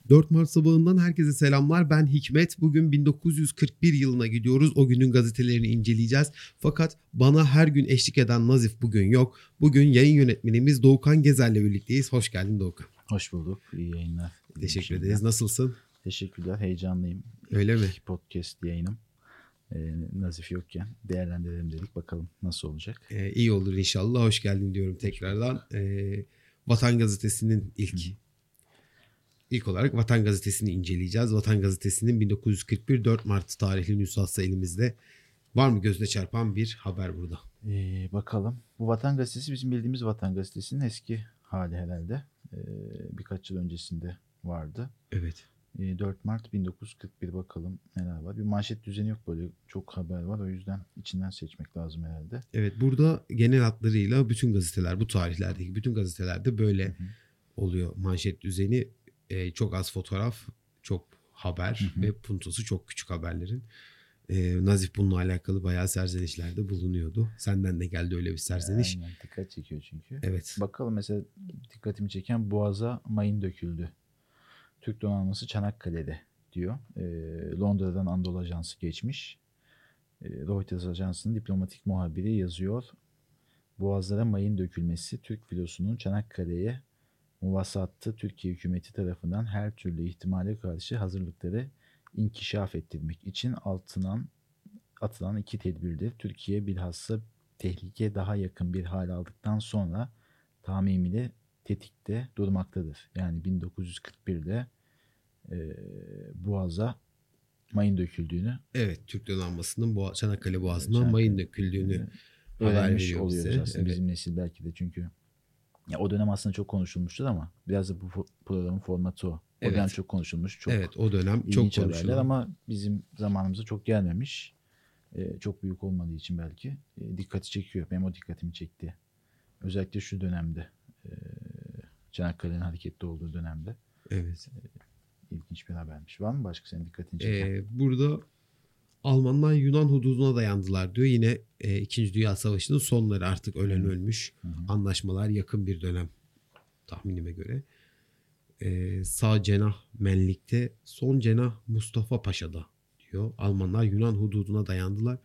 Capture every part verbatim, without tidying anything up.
dört Mart sabahından herkese selamlar. Ben Hikmet. Bugün bin dokuz yüz kırk bir yılına gidiyoruz. O günün gazetelerini inceleyeceğiz. Fakat bana her gün eşlik eden Nazif bugün yok. Bugün yayın yönetmenimiz Doğukan Gezer'le birlikteyiz. Hoş geldin Doğukan. Hoş bulduk. İyi yayınlar. Teşekkür İyi ederiz. Nasılsın? Teşekkürler. Heyecanlıyım. Öyle İlk mi? Podcast yayınım. Ee, Nazif yokken değerlendirelim dedik. Bakalım nasıl olacak. Ee, iyi olur inşallah. Hoş geldin diyorum tekrardan. Ee, Vatan Gazetesi'nin ilk... Hı. İlk olarak Vatan Gazetesi'ni inceleyeceğiz. Vatan Gazetesi'nin bin dokuz yüz kırk bir dört Mart tarihli nüshası elimizde. Var mı gözüne çarpan bir haber burada? Ee, bakalım. Bu Vatan Gazetesi bizim bildiğimiz Vatan Gazetesi'nin eski hali herhalde. Ee, birkaç yıl öncesinde vardı. Evet. Ee, dört Mart bin dokuz yüz kırk bir bakalım neler var. Bir manşet düzeni yok, böyle çok haber var. O yüzden içinden seçmek lazım herhalde. Evet, burada genel hatlarıyla bütün gazeteler, bu tarihlerdeki bütün gazetelerde böyle hı hı. oluyor manşet düzeni. Ee, çok az fotoğraf, çok haber hı hı. ve puntosu çok küçük haberlerin. Ee, Nazif bununla alakalı bayağı serzenişlerde bulunuyordu. Senden de geldi öyle bir serzeniş. Aynen, dikkat çekiyor çünkü. Evet. Bakalım, mesela dikkatimi çeken Boğaz'a mayın döküldü. Türk donanması Çanakkale'de diyor. Ee, Londra'dan Anadolu Ajansı geçmiş. Ee, Reuters Ajansı'nın diplomatik muhabiri yazıyor. Boğazlara mayın dökülmesi Türk filosunun Çanakkale'ye muvasattı Türkiye hükümeti tarafından her türlü ihtimale karşı hazırlıkları inkişaf ettirmek için altınan, atılan iki tedbirdir. Türkiye bilhassa tehlike daha yakın bir hal aldıktan sonra tamimiyle tetikte durmaktadır. Yani bin dokuz yüz kırk birde e, Boğaz'a mayın döküldüğünü, evet, Türk donanmasının Boğa, Çanakkale Boğazı'ndan Çanakkale, mayın döküldüğünü e, öğrenmiş oluyoruz bize. Aslında evet. Bizim nesil belki de, çünkü ya o dönem aslında çok konuşulmuştur ama biraz da bu programın formatı o. O evet. dönem çok konuşulmuş. Çok evet, o dönem çok konuşulan ama bizim zamanımıza çok gelmemiş. Ee, çok büyük olmadığı için belki e, dikkati çekiyor. Benim o dikkatimi çekti. Özellikle şu dönemde, e, Çanakkale'nin hareketli olduğu dönemde. Evet. E, ilginç bir habermiş. Var mı başka senin dikkatini çeken? Ee, burada Almanlar Yunan hududuna dayandılar diyor. Yine e, İkinci Dünya Savaşı'nın sonları, artık ölen Hı. ölmüş. Hı hı. Anlaşmalar yakın bir dönem tahminime göre. Ee, sağ cenah Menlik'te, son cenah Mustafa Paşa'da diyor. Almanlar Yunan hududuna dayandılar.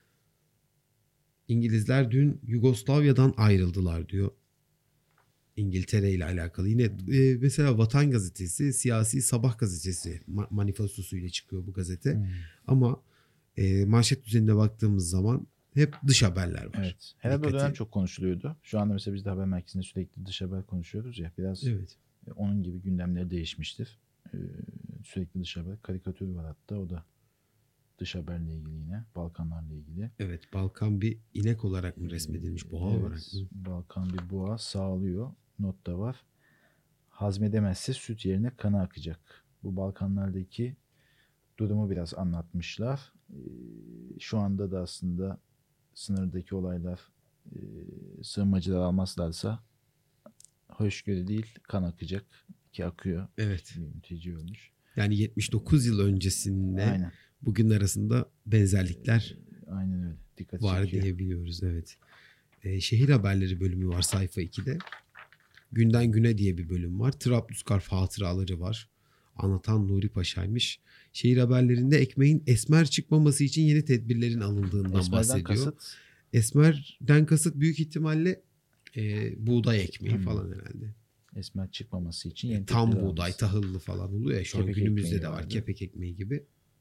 İngilizler dün Yugoslavya'dan ayrıldılar diyor. İngiltere ile alakalı. Yine e, mesela Vatan Gazetesi, siyasi sabah gazetesi ma- manifestosuyla çıkıyor bu gazete. Hmm. Ama e, manşet düzenine baktığımız zaman hep dış haberler var. Evet. Herhalde o dönem çok konuşuluyordu. Şu anda mesela biz de haber merkezinde sürekli dış haber konuşuyoruz ya. Biraz evet. onun gibi gündemleri değişmiştir. Ee, sürekli dış haber. Karikatür var hatta, o da dış haberle ilgili yine. Balkanlarla ilgili. Evet. Balkan bir inek olarak mı resmedilmiş? Boğa evet, olarak mı? Balkan bir boğa sağlıyor. Not da var. Hazmedemezse süt yerine kanı akacak. Bu Balkanlardaki durumu biraz anlatmışlar. Ee, şu anda da aslında sınırdaki olaylar, e, sığınmacılar almazlarsa hoşgörü değil, kan akacak ki akıyor. Evet. Bir mülteci ölmüş. Yani yetmiş dokuz yıl öncesinde Aynen. bugün arasında benzerlikler ee, Aynen öyle. Dikkat var çekiyor. diyebiliyoruz. Evet. Ee, şehir haberleri bölümü var sayfa ikide. Günden güne diye bir bölüm var. Trablusgarp hatıraları var. Anlatan Nuri Paşa'ymış. Şehir haberlerinde ekmeğin esmer çıkmaması için yeni tedbirlerin alındığından Esmerden bahsediyor. Kasıt? Esmerden kasıt büyük ihtimalle e, buğday ekmeği hmm. falan herhalde. Esmer çıkmaması için yeni Tam buğday, alması. Tahıllı falan oluyor ya. Şu kepek an günümüzde de var. Vardı. Kepek ekmeği gibi.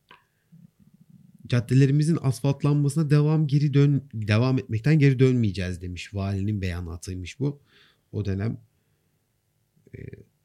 Caddelerimizin asfaltlanmasına devam geri dön devam etmekten geri dönmeyeceğiz demiş. Valinin beyanatıymış bu. O dönem e,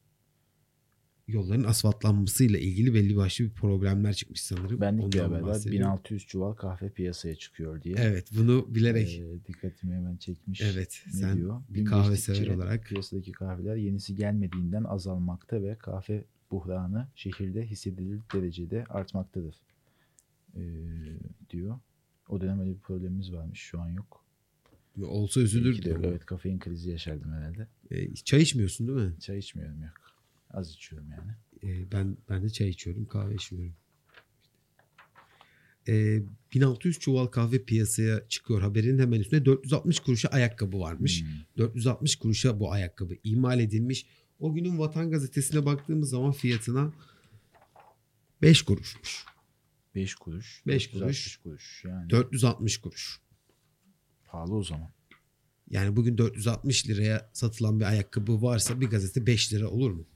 yolların asfaltlanmasıyla ilgili belli başlı bir problemler çıkmış sanırım. Benlik bir haber var. bin altı yüz çuval kahve piyasaya çıkıyor diye. Evet, bunu bilerek. E, dikkatimi hemen çekmiş. Evet, ne sen diyor? bir kahve sever olarak. Piyasadaki kahveler yenisi gelmediğinden azalmakta ve kahve buhranı şehirde hissedilir derecede artmaktadır. E, diyor. O dönem öyle bir problemimiz varmış. Şu an yok. Olsa üzülürdüm. Evet, kafein krizi yaşardım herhalde. E, çay içmiyorsun değil mi? Çay içmiyorum, yok. Az içiyorum yani. E, ben ben de çay içiyorum, kahve içmiyorum. E, bin altı yüz çuval kahve piyasaya çıkıyor haberinin hemen üstünde dört yüz altmış kuruşa ayakkabı varmış. Hmm. dört yüz altmış kuruşa bu ayakkabı imal edilmiş. O günün Vatan Gazetesi'ne baktığımız zaman fiyatına beş kuruşmuş. beş kuruş. beş dört yüz altmış kuruş. kuruş. Yani dört yüz altmış kuruş. pahalı o zaman. Yani bugün dört yüz altmış liraya satılan bir ayakkabı varsa bir gazete beş lira olur mu?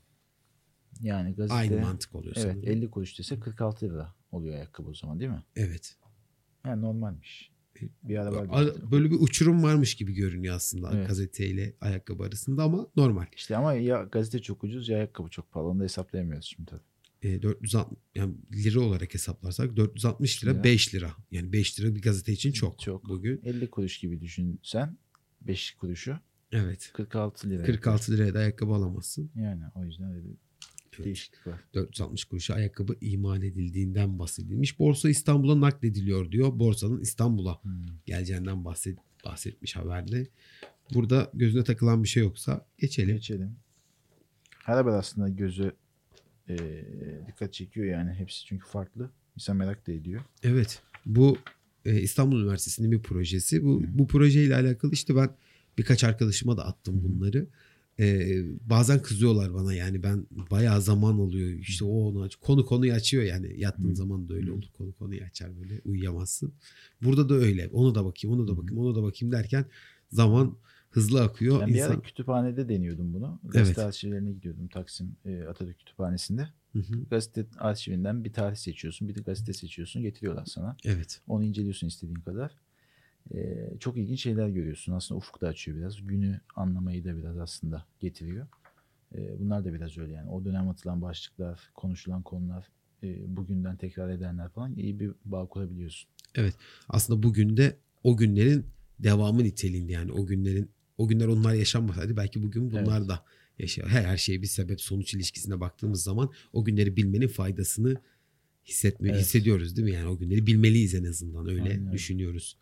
Yani gazete Aynı mantık oluyor evet sanırım. elli kuruş dese kırk altı lira oluyor ayakkabı o zaman değil mi? Evet. Yani normalmiş. Bir ara vardı. Ar- Böyle bir uçurum varmış gibi görünüyor aslında Evet. gazeteyle ayakkabı arasında ama normal. İşte ama ya gazete çok ucuz ya ayakkabı çok pahalı. Onu da hesaplayamıyoruz şimdi tabii. E, dört yüz altmış yani lira olarak hesaplarsak dört yüz altmış lira Lira. beş lira. Yani beş lira bir gazete için çok. Çok. Bugün. elli kuruş gibi düşünsen beş kuruşu Evet. kırk altı lira. kırk altı liraya da ayakkabı alamazsın. Yani o yüzden öyle bir Evet. değişiklik var. dört yüz altmış kuruşa ayakkabı imal edildiğinden bahsedilmiş. Borsa İstanbul'a naklediliyor diyor. Borsanın İstanbul'a Hmm. geleceğinden bahset, bahsetmiş haberde. Burada gözüne takılan bir şey yoksa geçelim. Geçelim. Her haber aslında gözü e, dikkat çekiyor yani hepsi çünkü farklı. İnsan merak da ediyor. Evet. Bu e, İstanbul Üniversitesi'nin bir projesi. Bu, Hı. bu projeyle alakalı işte ben birkaç arkadaşıma da attım Hı. bunları. E, bazen kızıyorlar bana yani ben bayağı zaman oluyor. İşte o onu aç. Konu konuyu açıyor yani. Yattığın Hı. zaman da öyle Hı. olur. Konu konuyu açar böyle uyuyamazsın. Burada da öyle. Onu da bakayım, onu da Hı. bakayım, onu da bakayım derken zaman hızlı akıyor. Ben bir İnsan... ara kütüphanede deniyordum bunu. Gazete Evet. arşivlerine gidiyordum Taksim e, Atatürk Kütüphanesi'nde. Hı hı. Gazete arşivinden bir tarih seçiyorsun, bir de gazete seçiyorsun, getiriyorlar sana. Evet. Onu inceliyorsun istediğin kadar. Ee, çok ilginç şeyler görüyorsun. Aslında ufuk da açıyor biraz. Günü anlamayı da biraz aslında getiriyor. Ee, bunlar da biraz öyle yani. O dönem atılan başlıklar, konuşulan konular, e, bugünden tekrar edenler falan iyi bir bağ kurabiliyorsun. Evet. Aslında bugün de o günlerin devamı niteliğinde yani o günlerin o günler onlar yaşanmasaydı belki bugün bunlar Evet. da yaşıyor. Her, her şeye bir sebep sonuç ilişkisine baktığımız zaman o günleri bilmenin faydasını hissetmiyor, Evet. hissediyoruz değil mi? Yani o günleri bilmeliyiz en azından öyle Aynen öyle. düşünüyoruz.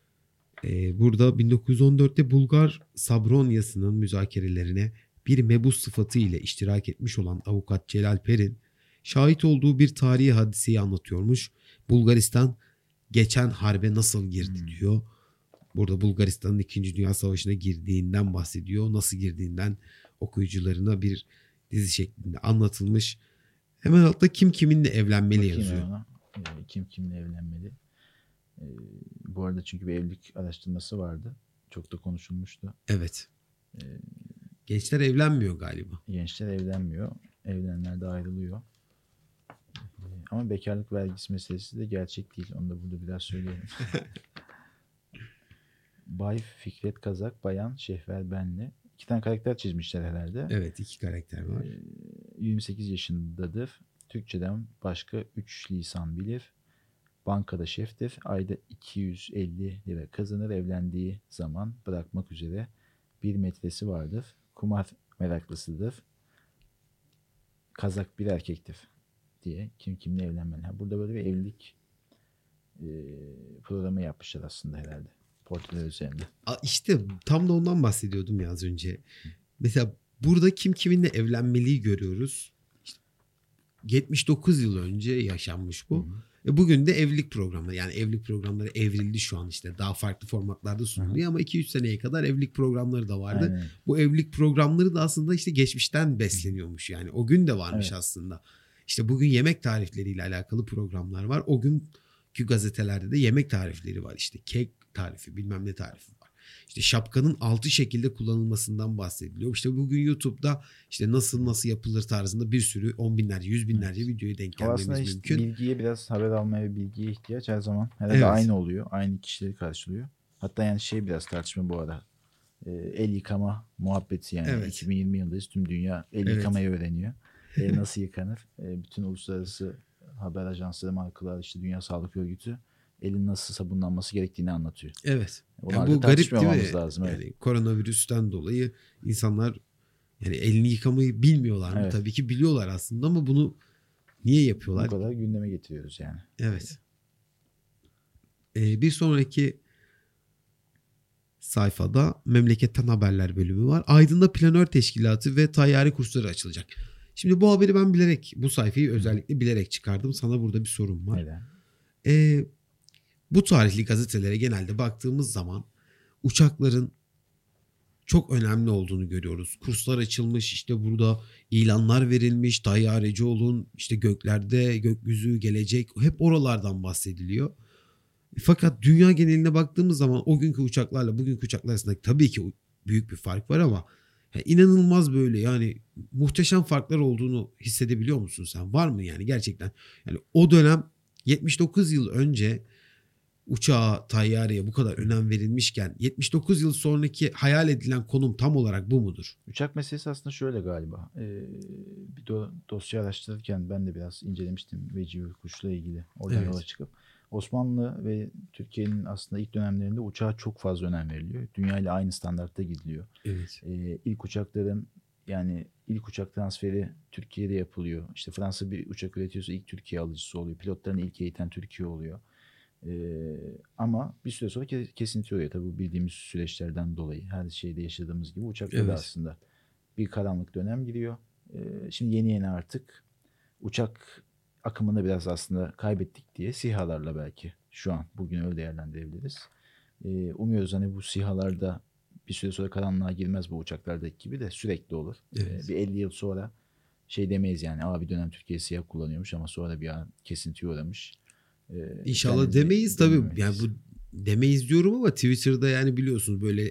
Ee, burada bin dokuz yüz on dörtte Bulgar Sabronyası'nın müzakerelerine bir mebus sıfatı ile iştirak etmiş olan avukat Celal Perin şahit olduğu bir tarihi hadiseyi anlatıyormuş. Bulgaristan geçen harbe nasıl girdi Hmm. diyor. Burada Bulgaristan'ın İkinci Dünya Savaşı'na girdiğinden bahsediyor. Nasıl girdiğinden okuyucularına bir dizi şeklinde anlatılmış. Hemen altta kim kiminle evlenmeli Bakayım yazıyor. ona. Ee, kim kimle evlenmeli. Ee, bu arada çünkü bir evlilik araştırması vardı. Çok da konuşulmuştu. Evet. Ee, Gençler evlenmiyor galiba. Gençler evlenmiyor. Evlenenler de ayrılıyor. Ee, Ama bekarlık vergisi meselesi de gerçek değil. Onu da burada biraz söyleyelim. Bay Fikret Kazak, Bayan Şehver Benli. İki tane karakter çizmişler herhalde. Evet, iki karakter var. Ee, yirmi sekiz yaşındadır. Türkçeden başka üç lisan bilir. Bankada şeftir. Ayda iki yüz elli lira kazanır. Evlendiği zaman bırakmak üzere bir metresi vardır. Kumar meraklısıdır. Kazak bir erkektir diye kim kimle evlenmeli. Ha, burada böyle bir evlilik e, programı yapmışlar aslında herhalde. Portreler üzerinde. Aa, İşte tam da ondan bahsediyordum ya az önce. Mesela burada kim kiminle evlenmeliyi görüyoruz. İşte yetmiş dokuz yıl önce yaşanmış bu. Hı hı. E bugün de evlilik programları yani evlilik programları evrildi şu an işte daha farklı formatlarda sunuluyor ama iki üç seneye kadar evlilik programları da vardı. Aynen. Bu evlilik programları da aslında işte geçmişten besleniyormuş yani o gün de varmış Evet. aslında. İşte bugün yemek tarifleriyle alakalı programlar var. O günkü gazetelerde de yemek tarifleri var işte kek tarifi bilmem ne tarifi var. İşte şapkanın altı şekilde kullanılmasından bahsediliyor. İşte bugün YouTube'da işte nasıl nasıl yapılır tarzında bir sürü on binlerce, yüz binlerce Evet. videoya denk O gelmemiz aslında işte mümkün. bilgiye biraz haber almaya ve bilgiye ihtiyaç her zaman herhalde Evet. aynı oluyor. Aynı kişileri karşılıyor. Hatta yani şey biraz tartışma bu ara. Ee, el yıkama muhabbeti yani. Evet. iki bin yirmi yılındayız. Tüm dünya el Evet. yıkamayı öğreniyor. El nasıl yıkanır? Ee, bütün uluslararası haber ajansları, markalar, işte Dünya Sağlık Örgütü elin nasıl sabunlanması gerektiğini anlatıyor. Evet. Onlar Yani da bu garip değil tartışmamamız mi? lazım. Evet. Yani koronavirüsten dolayı insanlar yani elini yıkamayı bilmiyorlar mı? Evet. Tabii ki biliyorlar aslında ama bunu niye yapıyorlar? Bu kadar gündeme getiriyoruz yani. Evet. Ee, bir sonraki sayfada Memleketten Haberler bölümü var. Aydın'da planör teşkilatı ve tayyare kursları açılacak. Şimdi bu haberi ben bilerek, bu sayfayı özellikle bilerek çıkardım. Sana burada bir sorum var. Neden? Ee, bu tarihli gazetelere genelde baktığımız zaman uçakların çok önemli olduğunu görüyoruz. Kurslar açılmış, işte burada ilanlar verilmiş, tayyareci olun, işte göklerde, gökyüzü, gelecek, hep oralardan bahsediliyor. Fakat dünya geneline baktığımız zaman o günkü uçaklarla bugünkü uçaklar arasında tabii ki büyük bir fark var ama ya inanılmaz böyle yani muhteşem farklar olduğunu hissedebiliyor musun sen? Var mı yani gerçekten? Yani o dönem yetmiş dokuz yıl önce uçağa, tayyareye bu kadar önem verilmişken yetmiş dokuz yıl sonraki hayal edilen konum tam olarak bu mudur? Uçak meselesi aslında şöyle galiba. Ee, bir do- dosya araştırırken ben de biraz incelemiştim Vecihi Kuş'la ilgili. Oradan Evet. yola çıkıp. Osmanlı ve Türkiye'nin aslında ilk dönemlerinde uçağa çok fazla önem veriliyor. Dünya ile aynı standartta gidiliyor. Evet. Ee, ilk uçakların yani ilk uçak transferi Türkiye'de yapılıyor. İşte Fransa bir uçak üretiyorsa ilk Türkiye alıcısı oluyor. Pilotlarını ilk eğiten Türkiye oluyor. Ee, ama bir süre sonra ke- kesinti oluyor. Tabii bu bildiğimiz süreçlerden dolayı. Her şeyde yaşadığımız gibi uçakta da Evet. aslında bir karanlık dönem giriyor. Ee, şimdi yeni yeni artık uçak akımını biraz aslında kaybettik diye SİHA'larla belki şu an bugün öyle değerlendirebiliriz. Ee, umuyoruz hani bu SİHA'larda bir süre sonra karanlığa girmez bu uçaklardaki gibi de sürekli olur. Evet. Ee, bir elli yıl sonra şey demeyiz yani. Aa bir dönem Türkiye SİHA kullanıyormuş ama sonra bir an kesintiye uğramış. Ee, İnşallah denmesi demeyiz tabii. Yani dememeliyiz. bu demeyiz diyorum ama Twitter'da yani biliyorsunuz böyle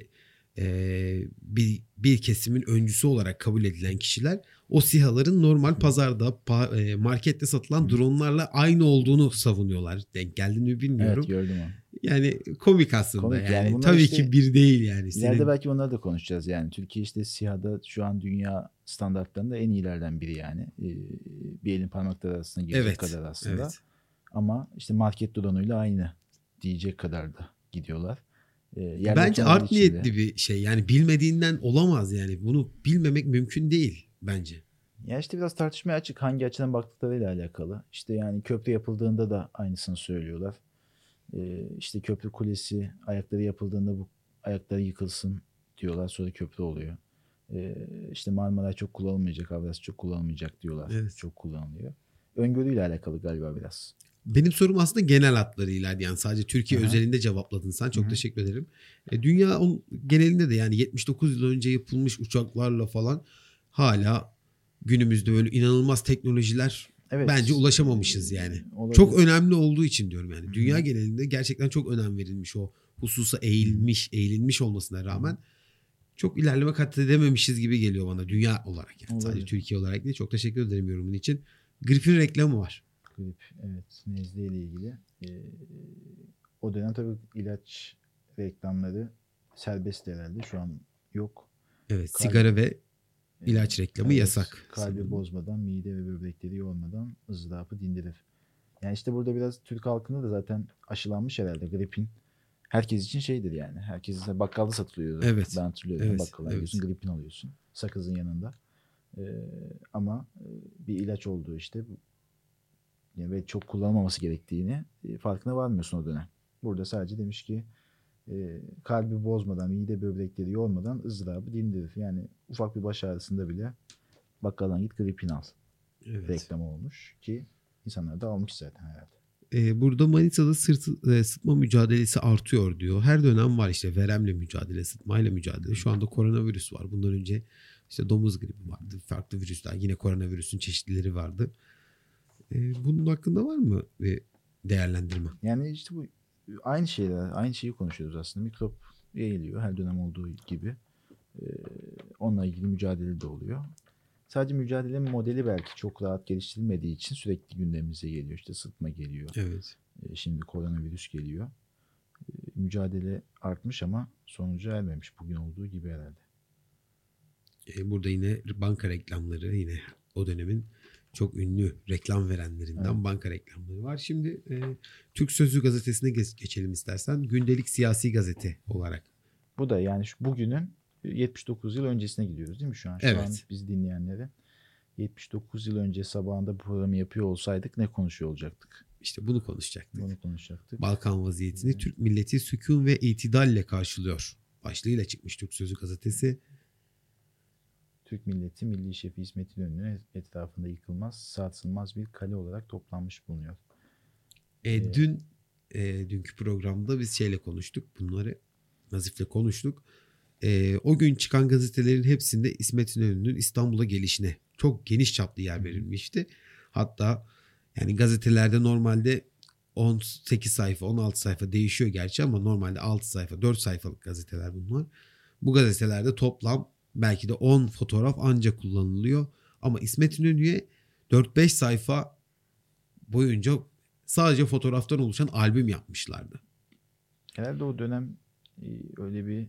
e, bir bir kesimin öncüsü olarak kabul edilen kişiler o SİHA'ların normal pazarda pa- e, markette satılan dronlarla aynı olduğunu savunuyorlar. Denk geldi mi Evet bilmiyorum. gördüm onu. Yani komik aslında Komik yani yani. bunlar Tabii işte ki bir değil yani. ileride Senin belki onları da konuşacağız yani. Türkiye işte SİHA'da şu an dünya standartlarında en iyilerden biri yani. Ee, bir elin parmakları arasına girecek evet. kadar aslında. Evet. Ama işte market drone'uyla aynı diyecek kadar da gidiyorlar. Ee, yerli Bence otomobil art içinde. niyetli bir şey. Yani bilmediğinden olamaz yani. Bunu bilmemek mümkün değil bence. Ya işte biraz tartışmaya açık hangi açıdan baktıklarıyla alakalı. İşte yani köprü yapıldığında da aynısını söylüyorlar. Ee, işte köprü kulesi ayakları yapıldığında bu ayakları yıkılsın diyorlar. Sonra köprü oluyor. Ee, işte Marmaray çok kullanılmayacak, Avrasya çok kullanılmayacak diyorlar. Evet. Çok kullanılıyor. Öngörüyle alakalı galiba biraz. Benim sorum aslında genel hatlarıyla yani sadece Hı Türkiye hı. özelinde cevapladın sen. Hı Çok hı. teşekkür ederim. E, dünya on, genelinde de yani yetmiş dokuz yıl önce yapılmış uçaklarla falan hala günümüzde böyle inanılmaz teknolojiler bence Evet. ulaşamamışız yani. e, olabilir. Çok önemli olduğu için diyorum Hı yani. Dünya hı. genelinde gerçekten çok önem verilmiş o hususa Hı hı. eğilmiş, eğilinmiş olmasına Hı hı. rağmen çok ilerleme kat edememişiz gibi geliyor bana dünya olarak yani. Sadece Olabilir. Türkiye olarak değil. Çok teşekkür ederim yorumun için. Grip'in reklamı var. Grip. Evet. Nezle ile ilgili. Ee, o dönem tabii ilaç reklamları serbest herhalde. Şu an yok. Evet, Kalp, sigara ve e, ilaç reklamı evet. yasak Kalbi sanırım. bozmadan, mide ve böbrekleri yormadan ızdırapı dindirir. Yani işte burada biraz Türk halkında da zaten aşılanmış herhalde gripin. Herkes için şeydir yani. Herkes bakkalda satılıyordu. Ben Evet. hatırlıyorum. Yani Evet. bakkaldan gidiyorsun Evet. gripin alıyorsun. Sakızın yanında. Ee, ama e, bir ilaç olduğu işte yani ve çok kullanılmaması gerektiğini e, farkına varmıyorsun o dönem. Burada sadece demiş ki e, kalbi bozmadan, mide böbrekleri yormadan ızdırabı dindirir. Yani ufak bir baş ağrısında bile bakkaldan git gripin al. Evet. Reklamı olmuş ki insanlar da almış zaten herhalde. Ee, burada Manisa'da sırt, e, sıtma mücadelesi artıyor diyor. Her dönem var işte veremle mücadele, sıtmayla mücadele. Şu anda koronavirüs var. Bundan önce işte domuz gribi vardı. Farklı virüsler. Yine koronavirüsün çeşitleri vardı. Ee, bunun hakkında var mı bir değerlendirme? Yani işte bu aynı şeyler, aynı şeyi konuşuyoruz aslında. Mikrop yayılıyor her dönem olduğu gibi. Ee, onunla ilgili mücadele de oluyor. Sadece mücadele modeli belki çok rahat geliştirilmediği için sürekli gündemimize geliyor. İşte sıtma geliyor. Evet. Ee, şimdi koronavirüs geliyor. Ee, mücadele artmış ama sonuca ermemiş bugün olduğu gibi herhalde. Ee, burada yine banka reklamları yine o dönemin çok ünlü reklam verenlerinden Evet. banka reklamları var. Şimdi e, Türk Sözlü gazetesine geç- geçelim istersen. Gündelik siyasi gazete olarak. Bu da yani şu bugünün yetmiş dokuz yıl öncesine gidiyoruz değil mi şu an? Şu an Evet. biz dinleyenlere yetmiş dokuz yıl önce sabahında bu programı yapıyor olsaydık ne konuşuyor olacaktık? İşte bunu konuşacaktık. Bunu konuşacaktık. Balkan vaziyetini Türk milleti sükun ve itidalle karşılıyor. Başlığıyla çıkmış Türk Sözlü gazetesi. Türk milleti milli şefi İsmet İnönü'nün etrafında yıkılmaz, sarsılmaz bir kale olarak toplanmış bulunuyor. E, Ee, dün e, dünkü programda biz şeyle konuştuk bunları. Nazif'le konuştuk. e, o gün çıkan gazetelerin hepsinde İsmet İnönü'nün İstanbul'a gelişine çok geniş çaplı yer verilmişti. Hatta yani gazetelerde normalde on sekiz sayfa, on altı sayfa değişiyor gerçi ama normalde altı sayfa, dört sayfalık gazeteler bunlar. Bu gazetelerde toplam belki de on fotoğraf ancak kullanılıyor. Ama İsmet İnönü'ye dört beş sayfa boyunca sadece fotoğraftan oluşan albüm yapmışlardı. Herhalde o dönem e, öyle bir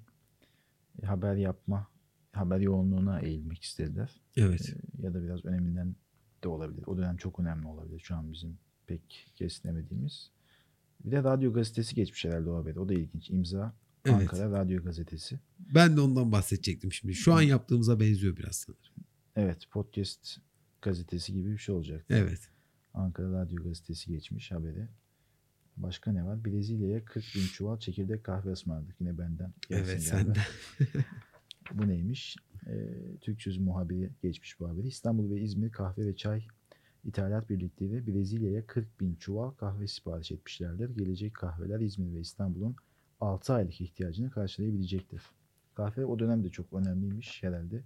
haber yapma, haber yoğunluğuna eğilmek istediler. Evet. E, ya da biraz öneminden de olabilir. O dönem çok önemli olabilir. Şu an bizim pek kesinemediğimiz. Bir de radyo gazetesi geçmiş herhalde o haberi. O da ilginç. İmza Evet. Ankara Radyo Gazetesi. Ben de ondan bahsedecektim şimdi. Şu an yaptığımıza benziyor biraz sanırım. Evet. Podcast gazetesi gibi bir şey olacak. Evet. Ankara Radyo Gazetesi geçmiş haberi. Başka ne var? Brezilya'ya kırk bin çuval çekirdek kahve ısmarladık. Yine benden. Evet senden. Bu neymiş? Ee, Türk Sözü muhabiri geçmiş bu haberi. İstanbul ve İzmir kahve ve çay ithalat birlikleri Brezilya'ya kırk bin çuval kahve sipariş etmişlerdir. Gelecek kahveler İzmir ve İstanbul'un altı aylık ihtiyacını karşılayabilecektir. Kahve o dönemde çok önemliymiş herhalde.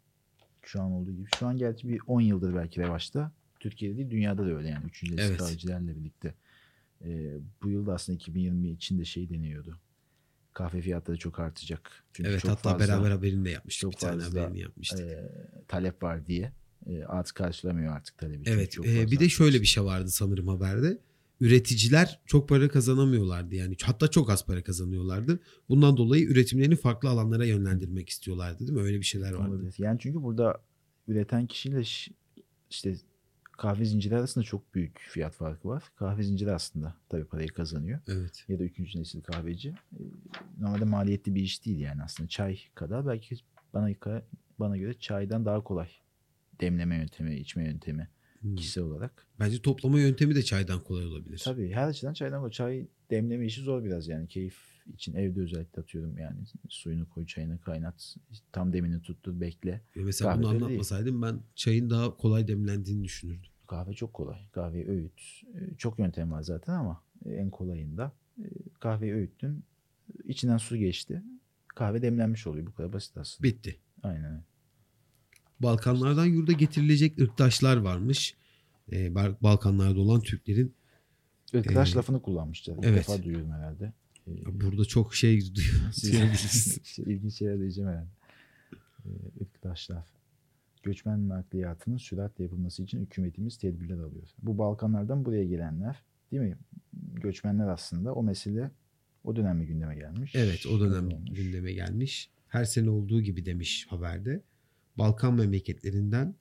Şu an olduğu gibi. Şu an gerçi bir on yıldır belki revaçta. Türkiye'de değil dünyada da öyle yani. Üçüncü nesil Evet. kahvecilerle birlikte. Ee, bu yılda aslında iki bin yirmi içinde şey deniyordu. Kahve fiyatları çok artacak. Çünkü Evet çok hatta fazla, beraber haberini de yapmıştık. çok Bir tane fazla, haberini yapmıştık. E, talep var diye. E, artık karşılamıyor artık talebi. Evet çok e, bir de şöyle bir şey vardı sanırım haberde. Üreticiler çok para kazanamıyorlardı yani. Hatta çok az para kazanıyorlardı. Bundan dolayı üretimlerini farklı alanlara yönlendirmek istiyorlardı değil mi? Öyle bir şeyler vardı. Olabilir. Yani çünkü burada üreten kişiyle işte kahve zinciri arasında çok büyük fiyat farkı var. Kahve zinciri aslında tabii parayı kazanıyor. Evet. Ya da üçüncü nesil kahveci. E, normalde maliyetli bir iş değil yani aslında. Çay kadar belki bana bana göre çaydan daha kolay demleme yöntemi, içme yöntemi Hmm. kişisel olarak. Bence toplama yöntemi de çaydan kolay olabilir. Tabii her açıdan çaydan kolay. Çay demleme işi zor biraz yani. Keyif için evde özellikle atıyorum yani. Suyunu koy, çayını kaynat. Tam demini tuttur, bekle. Ve mesela Kahve bunu öyle anlatmasaydım ben çayın daha kolay demlendiğini düşünürdüm. Kahve çok kolay. Kahveyi öğüt. Çok yöntem var zaten ama en kolayında kahveyi öğüttün. İçinden su geçti. Kahve demlenmiş oluyor. Bu kadar basit aslında. Bitti. Aynen. Balkanlardan yurda getirilecek ırktaşlar varmış. Ee, Balkanlarda olan Türklerin. Irktaş Ee, lafını kullanmışlar. İlk evet. defa duyuyorum herhalde. Ee, Burada çok şey duyuyoruz. İlginç şeyler diyeceğim herhalde. Ee, ırktaşlar. Göçmen nakliyatının süratle yapılması için hükümetimiz tedbirler alıyor. Bu Balkanlardan buraya gelenler değil mi? Göçmenler aslında o mesele o dönemde gündeme gelmiş. Evet o dönem gündeme gelmiş. Her sene olduğu gibi demiş haberde. Balkan memleketlerinden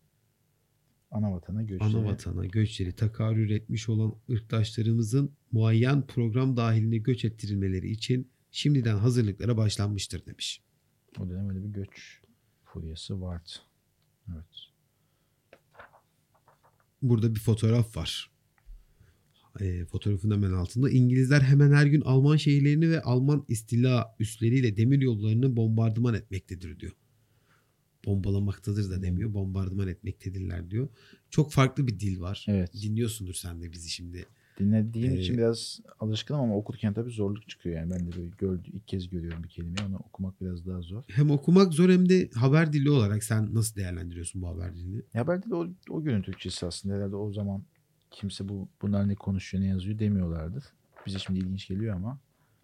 ana vatana göçleri, ana vatana göçleri takarrür etmiş olan ırktaşlarımızın muayyen program dahilinde göç ettirilmeleri için şimdiden hazırlıklara başlanmıştır demiş. O dönem öyle bir göç furyası vardı. Evet. Burada bir fotoğraf var. E, fotoğrafın hemen altında İngilizler hemen her gün Alman şehirlerini ve Alman istila üsleriyle demir yollarını bombardıman etmektedir diyor. Bombalamaktadır da demiyor. Bombardıman etmektedirler diyor. Çok farklı bir dil var. Evet. Dinliyorsundur sen de bizi şimdi. Dinlediğim ee, için biraz alışkınım ama okurken tabii zorluk çıkıyor yani. Ben de böyle gördü, ilk kez görüyorum bir kelimeyi. Onu okumak biraz daha zor. Hem okumak zor hem de haber dili olarak sen nasıl değerlendiriyorsun bu haber dilini? Haber dili o, o günün Türkçesi aslında. Herhalde o zaman kimse bu bunlar ne konuşuyor ne yazıyor demiyorlardır. Bize şimdi ilginç geliyor ama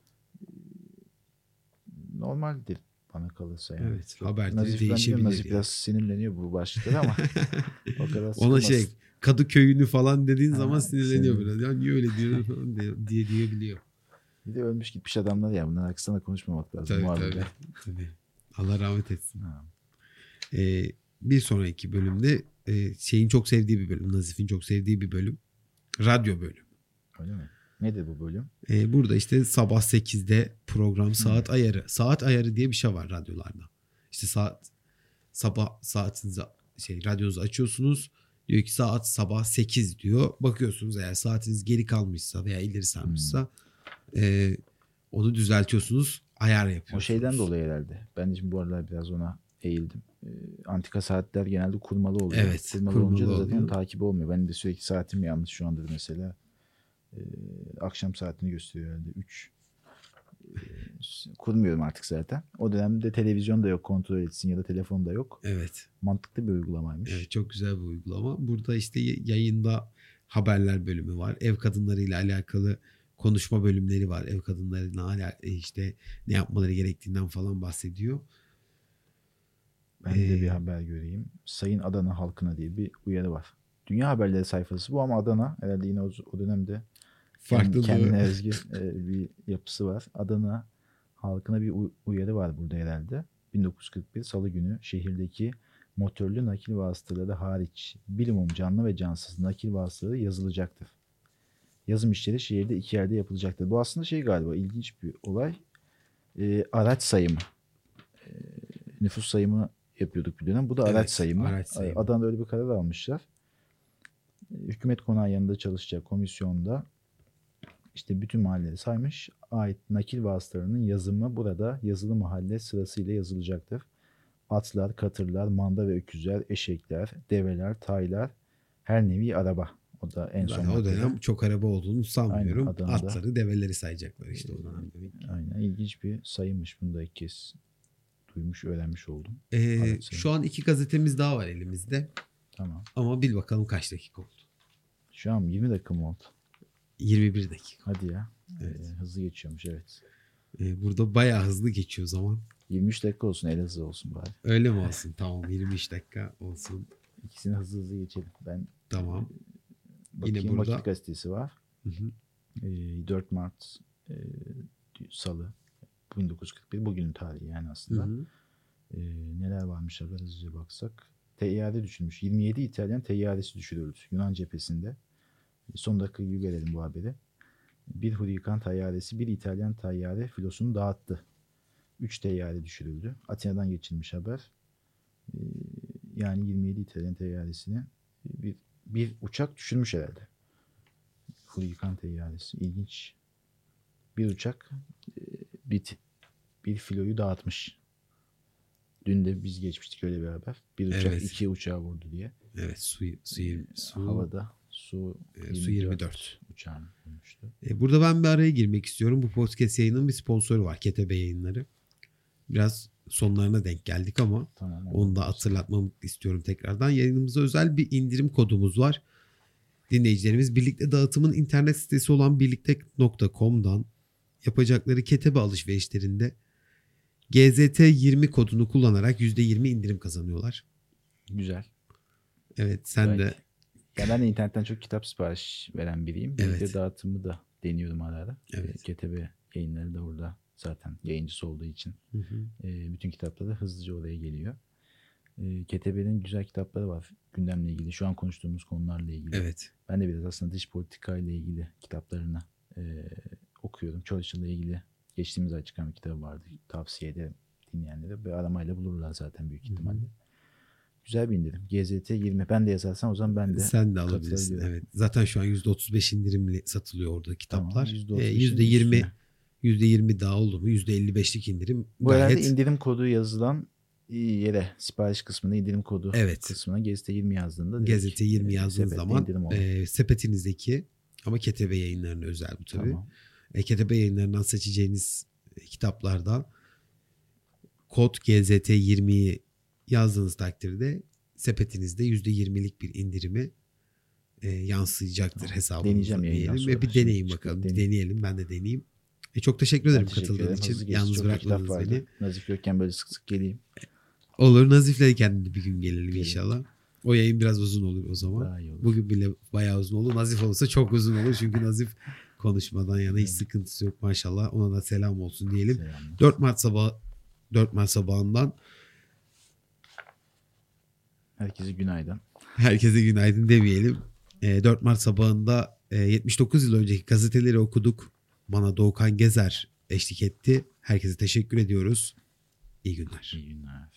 normaldir bana kalırsa yani. Evet. Haber dili Nazif, değişebilir. Nazif yani. biraz sinirleniyor bu başlıkları ama o kadar Ona sıkılmaz. şey Kadıköy'ünü falan dediğin Ha, zaman sinirleniyor sinir. biraz. Ya niye öyle diyor falan diye, diye diyebiliyor. Bir de ölmüş gitmiş adamlar ya. Bunlar hakkında konuşmamak lazım. Tabii muhabirler. tabii, tabii. Allah rahmet etsin. Ha. Ee, bir sonraki bölümde e, şeyin çok sevdiği bir bölüm. Nazif'in çok sevdiği bir bölüm. Radyo bölümü. Öyle mi? Nedir bu bölüm? Ee, burada işte sabah sekizde program saat Hı. ayarı. Saat ayarı diye bir şey var radyolarda. İşte saat sabah saatinizi şey radyonuzu açıyorsunuz. Diyor ki saat sabah sekiz diyor. Bakıyorsunuz eğer saatiniz geri kalmışsa veya ileri sarmışsa e, onu düzeltiyorsunuz. Ayar yapıyorsunuz. O şeyden dolayı herhalde. Ben de şimdi bu aralar biraz ona eğildim. Ee, antika saatler genelde kurmalı oluyor. Evet, Kurmalı, kurmalı olunca da zaten oluyor. takibi olmuyor. Benim de sürekli saatim yanlış şu andır mesela. Ee, akşam saatini gösteriyor herhalde. üç kurmuyorum artık zaten. O dönemde televizyon da yok, kontrol etsin, ya da telefon da yok. Evet. Mantıklı bir uygulamaymış. Evet, çok güzel bir uygulama. Burada işte yayında haberler bölümü var. Ev kadınlarıyla alakalı konuşma bölümleri var. Ev kadınlarıyla alakalı işte ne yapmaları gerektiğinden falan bahsediyor. Ben Ee, de bir haber göreyim. Sayın Adana halkına diye bir uyarı var. Dünya haberleri sayfası bu, ama Adana herhalde yine o, o dönemde Farklı kendine özgü e, bir yapısı var. Adana halkına bir uyarı var burada herhalde. bin dokuz yüz kırk bir Salı günü şehirdeki motorlu nakil vasıtaları hariç bilimum canlı ve cansız nakil vasıtaları yazılacaktır. Yazım işleri şehirde iki yerde yapılacaktır. Bu aslında şey galiba, ilginç bir olay. E, araç sayımı. E, nüfus sayımı yapıyorduk bir dönem. Bu da araç Evet, sayımı. araç sayımı. Adana'da öyle bir karar almışlar. Hükümet konağı yanında çalışacak komisyonda işte bütün mahalleleri saymış. Ait nakil vasıtalarının yazımı burada yazılı mahalle sırasıyla yazılacaktır. Atlar, katırlar, manda ve öküzler, eşekler, develer, taylar, her nevi araba. O da en son. Zaten o dönem çok araba olduğunu sanmıyorum. Aynen, Adana'da. Atları, develeri sayacaklar işte o dönem demek. Aynen, ilginç bir sayıymış. Bunu da ilk kez duymuş, öğrenmiş oldum. Ee, şu an iki gazetemiz daha var elimizde. Tamam. Ama bil bakalım kaç dakika oldu. Şu an yirmi dakika mı oldu? yirmi bir dakika. Hadi ya. Evet. Ee, hızlı geçiyormuş, evet. Ee, burada bayağı hızlı geçiyor zaman. yirmi üç dakika olsun, Elazığ olsun bari. Öyle mi olsun? Tamam, yirmi üç dakika olsun. İkisini hızlı hızlı geçelim. Ben Tamam. bakayım, Yine burada. Vakit Gazetesi var. Hı hı. Ee, dört Mart e, Salı bin dokuz yüz kırk bir, bugünün tarihi yani aslında. Hı hı. Ee, neler varmış haber, hızlıca baksak. Teyyare düşürmüş. yirmi yedi İtalyan teyyaresi düşürüldü Yunan cephesinde. Son dakika gibi verelim bu haberi. Bir Hurikan tayyaresi bir İtalyan tayyare filosunu dağıttı. üç teyyare düşürüldü. Atina'dan geçilmiş haber. Ee, yani yirmi yedi İtalyan teyyaresini bir, bir uçak düşürmüş herhalde. Hurikan teyyaresi. İlginç. Bir uçak bir, bir filoyu dağıtmış. Dün de biz geçmiştik öyle bir haber. Bir uçak Evet. iki uçağı vurdu diye. Evet, su, su, su, Havada su, e, su yirmi dört. uçağın olmuştu. E, burada ben bir araya girmek istiyorum. Bu podcast yayının bir sponsoru var. Ketebe Yayınları. Biraz sonlarına denk geldik ama Tamam, onu da hatırlatmamı istiyorum tekrardan. Yayınımıza özel bir indirim kodumuz var. Dinleyicilerimiz birlikte dağıtımın internet sitesi olan birlikte nokta com'dan yapacakları ketebe alışverişlerinde G Z T yirmi kodunu kullanarak yüzde yirmi indirim kazanıyorlar. Güzel. Evet, sen Belki. de. Ya ben de internetten çok kitap sipariş veren biriyim. Birlikte Evet. dağıtımı da deniyorum ara ara. Evet. K T B Yayınları da orada zaten yayıncısı olduğu için Hı hı. e, bütün kitapları hızlıca oraya geliyor. E, K T B'nin güzel kitapları var gündemle ilgili. Şu an konuştuğumuz konularla ilgili. Evet. Ben de biraz aslında dış politika ile ilgili kitaplarını e, okuyorum. Churchill'la ilgili geçtiğimiz ay çıkan bir kitabı vardı. Tavsiye ederim dinleyenlere. Bir aramayla bulurlar zaten büyük ihtimalle. Hı hı. Güzel bir indirim. G Z T yirmi. Ben de yazarsam o zaman ben de sen de alabilirsin. Evet. Zaten şu an yüzde otuz beş indirimli satılıyor orada kitaplar. Tamam, yüzde otuz beş ee, yüzde yirmi yüzde yirmi daha oldu mu? yüzde elli beşlik indirim. Bu gayet... herhalde indirim kodu yazılan yere, sipariş kısmına, indirim kodu evet. kısmına G Z T yirmi yazdığında G Z T yirmi yazdığınız zaman e, sepetinizdeki, ama K T B Yayınları'na özel bu tabii. Tamam. E, K T B Yayınları'ndan seçeceğiniz kitaplardan kod G Z T yirmiyi yazdığınız takdirde sepetinizde yüzde yirmilik bir indirimi e, yansıyacaktır tamam. hesabınıza diyelim ve bir deneyin bakalım. Bir deneyelim. Ben de deneyeyim. E, çok teşekkür ederim teşekkür katıldığın için. Hızlı Yalnız bırakmadınız beni. Nazif yokken böyle sık sık geleyim. Olur. Nazif'le kendine bir gün gelelim Gelin. inşallah. O yayın biraz uzun olur o zaman. Olur. Bugün bile bayağı uzun olur. Nazif olursa çok uzun olur. Çünkü Nazif konuşmadan yana hiç sıkıntısı yok maşallah. Ona da selam olsun diyelim. Selamlar. dört Mart sabahı dört Mart sabahından herkese günaydın. Herkese günaydın demeyelim. E, dört Mart sabahında e, yetmiş dokuz yıl önceki gazeteleri okuduk. Bana Doğukan Gezer eşlik etti. Herkese teşekkür ediyoruz. İyi günler. İyi günler.